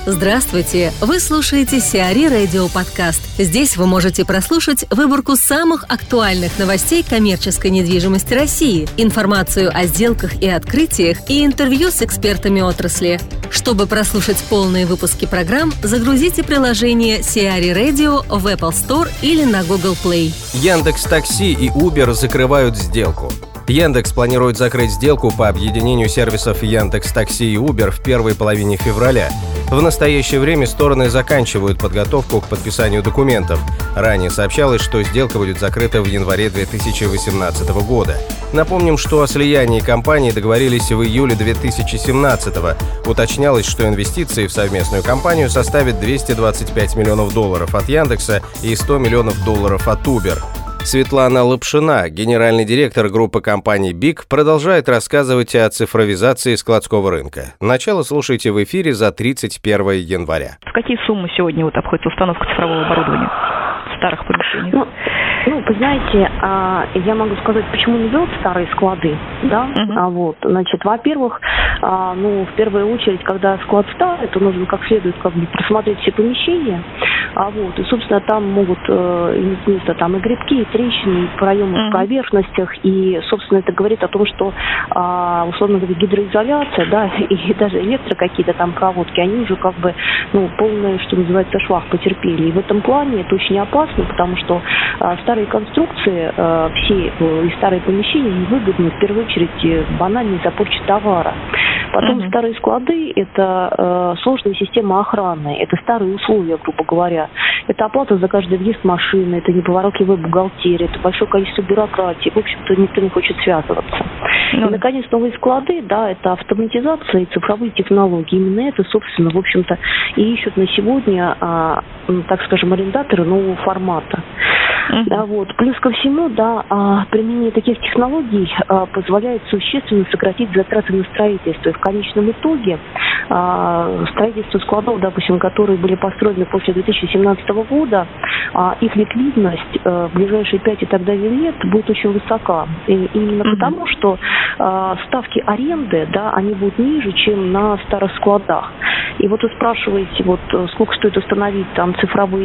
Здравствуйте! Вы слушаете Сиари Радио Подкаст. Здесь вы можете прослушать выборку самых актуальных новостей коммерческой недвижимости России, информацию о сделках и открытиях и интервью с экспертами отрасли. Чтобы прослушать полные выпуски программ, загрузите приложение Сиари Radio в Apple Store или на Google Play. Яндекс.Такси и Uber закрывают сделку. Яндекс планирует закрыть сделку по объединению сервисов Яндекс.Такси и Uber в первой половине февраля. В настоящее время стороны заканчивают подготовку к подписанию документов. Ранее сообщалось, что сделка будет закрыта в январе 2018 года. Напомним, что о слиянии компаний договорились в июле 2017 года. Уточнялось, что инвестиции в совместную компанию составят $225 миллионов от Яндекса и $100 миллионов от Uber. Светлана Лапшина, генеральный директор группы компаний «Биг», продолжает рассказывать о цифровизации складского рынка. Начало слушайте в эфире за 31 января. В какие суммы сегодня обходится установка цифрового оборудования в старых помещениях? Вы знаете, я могу сказать, почему не берут старые склады, да? Значит, во-первых, в первую очередь, когда склад ставят, то нужно как следует просмотреть все помещения, и, собственно, там могут иметь место и грибки, и трещины, и проемы в поверхностях, и, собственно, это говорит о том, что, условно говоря, гидроизоляция, да, и даже какие-то там проводки, они уже полное, что называется, швах потерпели. И в этом плане это очень опасно, потому что старые конструкции, все и старые помещения невыгодны, в первую очередь, банальный из-за порчи товара. Потом старые склады – это сложная система охраны, это старые условия, грубо говоря. Это оплата за каждый въезд машины, это неповоротливая бухгалтерия, это большое количество бюрократии. В общем-то, никто не хочет связываться. И, наконец, новые склады, да, это автоматизация и цифровые технологии. Именно это, собственно, в общем-то, и ищут на сегодня, так скажем, арендаторы нового формата. Плюс ко всему, применение таких технологий позволяет существенно сократить затраты на строительство. И в конечном итоге строительство складов, допустим, которые были построены после 2017 года, их ликвидность в ближайшие 5 и так далее лет будет очень высока. И именно потому, что ставки аренды, они будут ниже, чем на старых складах. И вы спрашиваете, сколько стоит установить там цифровые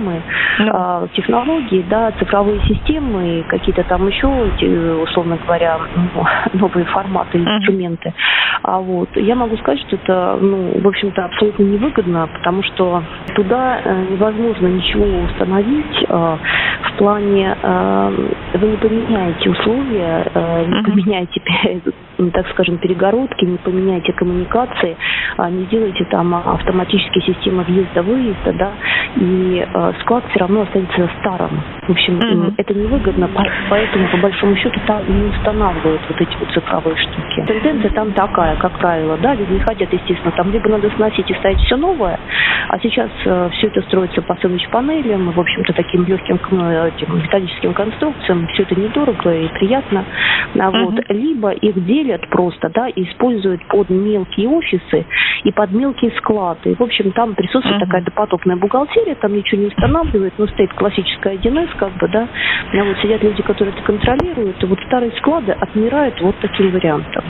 технологии, цифровые системы, какие-то там еще, условно говоря, новые форматы, инструменты. Я могу сказать, что это, в общем-то, абсолютно невыгодно, потому что туда невозможно ничего установить в плане, вы не поменяете условия, не поменяете, так скажем, перегородки, не поменяете коммуникации, не делаете там автоматические системы въезда-выезда, и склад все равно останется старым. В общем, это невыгодно, поэтому, по большому счету, там не устанавливают эти цифровые штуки. Тенденция там такая, как правило, люди не хотят, естественно, там либо надо сносить и ставить все новое, а сейчас все это строится по сэндвич-панелям, в общем-то, таким легким металлическим конструкциям, все это недорого и приятно, либо их делят просто, и используют под мелкие офисы и под мелкие склады. И, в общем, там присутствует такая допотопная бухгалтерия, там ничего не устанавливает, но стоит классическая 1С, сидят люди, которые это контролируют, и старые склады отмирают таким вариантом.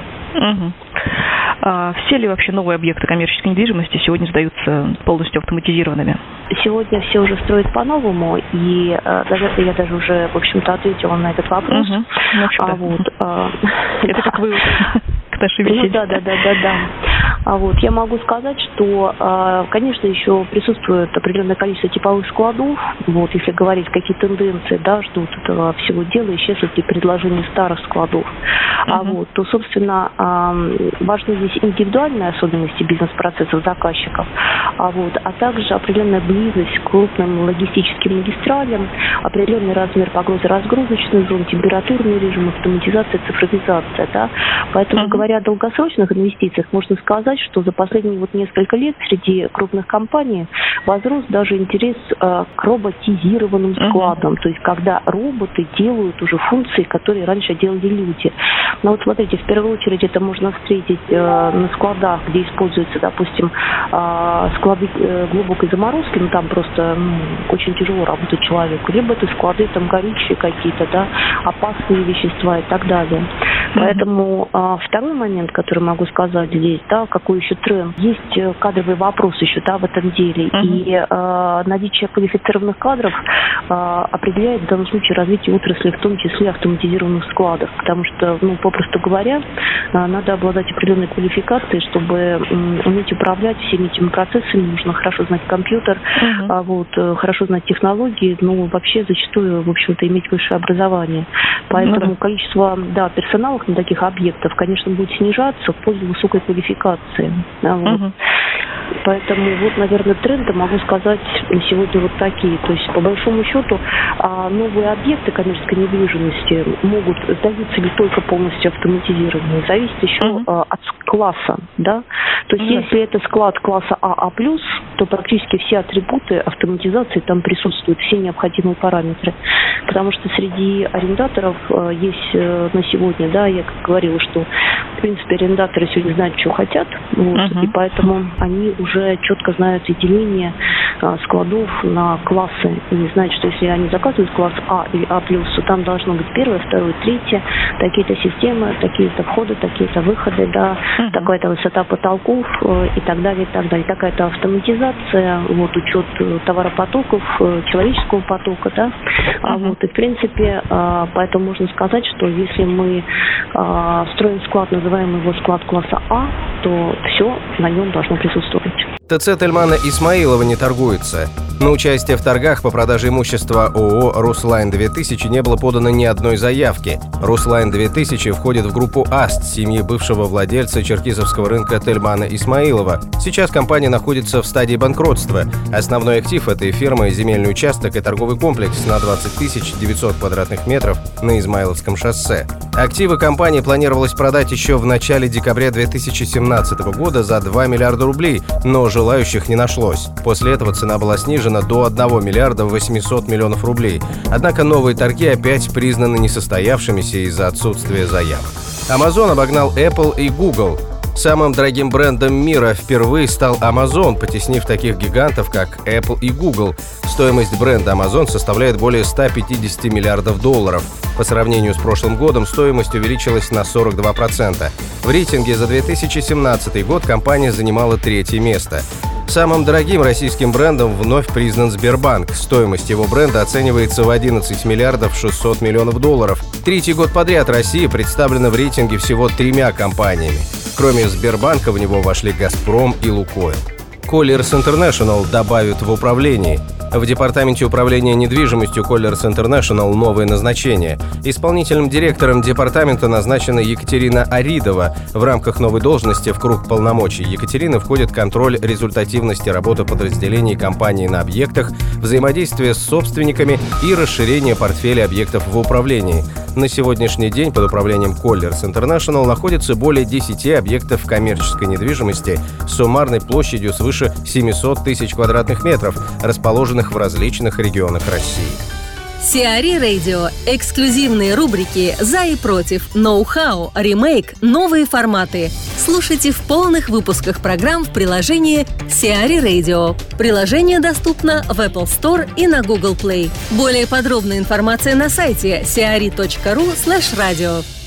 Все ли вообще новые объекты коммерческой недвижимости сегодня сдаются полностью автоматизированными? Сегодня все уже строят по-новому, и я даже уже, в общем-то, ответила на этот вопрос. Это как вы к нашей беседе. Да. Я могу сказать, что, конечно, еще присутствует определенное количество типовых складов. Если говорить, какие тенденции, ждут этого всего дела, исчезнут ли предложения старых складов. То, собственно, важны здесь индивидуальные особенности бизнес-процессов заказчиков, а также определенная близость к крупным логистическим магистралям, определенный размер погрузо-разгрузочных зон, температурный режим, автоматизация, цифровизация. Поэтому, говоря о долгосрочных инвестициях, можно сказать, что за последние несколько лет среди крупных компаний возрос даже интерес к роботизированным складам, то есть когда роботы делают уже функции, которые раньше делали люди. Но вот смотрите, в первую очередь это можно встретить на складах, где используются, допустим, склады глубокой заморозки, ну там просто очень тяжело работать человеку, либо это склады там горючие какие-то, да, опасные вещества и так далее. Поэтому второй момент, который могу сказать здесь, да, какой еще тренд, есть кадровый вопрос еще, да, в этом деле, и наличие квалифицированных кадров определяет в данном случае развитие отрасли, в том числе автоматизированных складов, потому что, попросту говоря, надо обладать определенной квалификацией, чтобы уметь управлять всеми этими процессами, нужно хорошо знать компьютер, хорошо знать технологии, вообще зачастую, в общем-то, иметь высшее образование. Поэтому количество, персоналов на таких объектах, конечно, будет снижаться в пользу высокой квалификации. Поэтому наверное, тренды, могу сказать, на сегодня вот такие. То есть, по большому счету, новые объекты коммерческой недвижимости сдаются не только полностью автоматизированные, зависит еще от класса, да. То есть, если это склад класса АА+, то практически все атрибуты автоматизации там присутствуют, все необходимые параметры. Потому что среди арендаторов есть на сегодня, я как говорила, что, в принципе, арендаторы сегодня знают, что хотят, и поэтому они уже четко знают деление складов на классы. И знают, что если они заказывают класс А или А+, то там должно быть первое, второе, третье, такие-то системы, такие-то входы, такие-то выходы, такая-то высота потолков и так далее, и так далее. Такая-то автоматизация, учет товаропотоков, человеческого потока, и в принципе, поэтому можно сказать, что если мы строим склад, называемый его склад класса А, то все на нем должно присутствовать. ТЦ Тельмана Исмаилова не торгуется. На участие в торгах по продаже имущества ООО «Руслайн-2000» не было подано ни одной заявки. «Руслайн-2000» входит в группу «Аст» семьи бывшего владельца черкизовского рынка Тельмана Исмаилова. Сейчас компания находится в стадии банкротства. Основной актив этой фирмы – земельный участок и торговый комплекс на 20 900 квадратных метров на Измайловском шоссе. Активы компании планировалось продать еще в начале декабря 2017 года за 2 миллиарда рублей, но желающих не нашлось. После этого цена была снижена до 1 миллиарда 800 миллионов рублей. Однако новые торги опять признаны несостоявшимися из-за отсутствия заявок. Amazon обогнал Apple и Google. Самым дорогим брендом мира впервые стал Amazon, потеснив таких гигантов, как Apple и Google. Стоимость бренда Amazon составляет более 150 миллиардов долларов. По сравнению с прошлым годом стоимость увеличилась на 42%. В рейтинге за 2017 год компания занимала 3-е место. Самым дорогим российским брендом вновь признан Сбербанк. Стоимость его бренда оценивается в 11 миллиардов 600 миллионов долларов. 3-й год подряд Россия представлена в рейтинге всего 3 компаниями. Кроме Сбербанка в него вошли «Газпром» и «Лукойл». Colliers International добавят в управлении. В департаменте управления недвижимостью Colliers International новое назначение. Исполнительным директором департамента назначена Екатерина Аридова. В рамках новой должности в круг полномочий Екатерины входит контроль результативности работы подразделений компании на объектах, взаимодействие с собственниками и расширение портфеля объектов в управлении. На сегодняшний день под управлением Colliers International находится более 10 объектов коммерческой недвижимости с суммарной площадью свыше 700 тысяч квадратных метров, расположенных в различных регионах России. Сиари Radio. Эксклюзивные рубрики «За и против», «Ноу-хау», «Ремейк», «Новые форматы». Слушайте в полных выпусках программ в приложении Сиари Radio. Приложение доступно в Apple Store и на Google Play. Более подробная информация на сайте siari.ru/radio.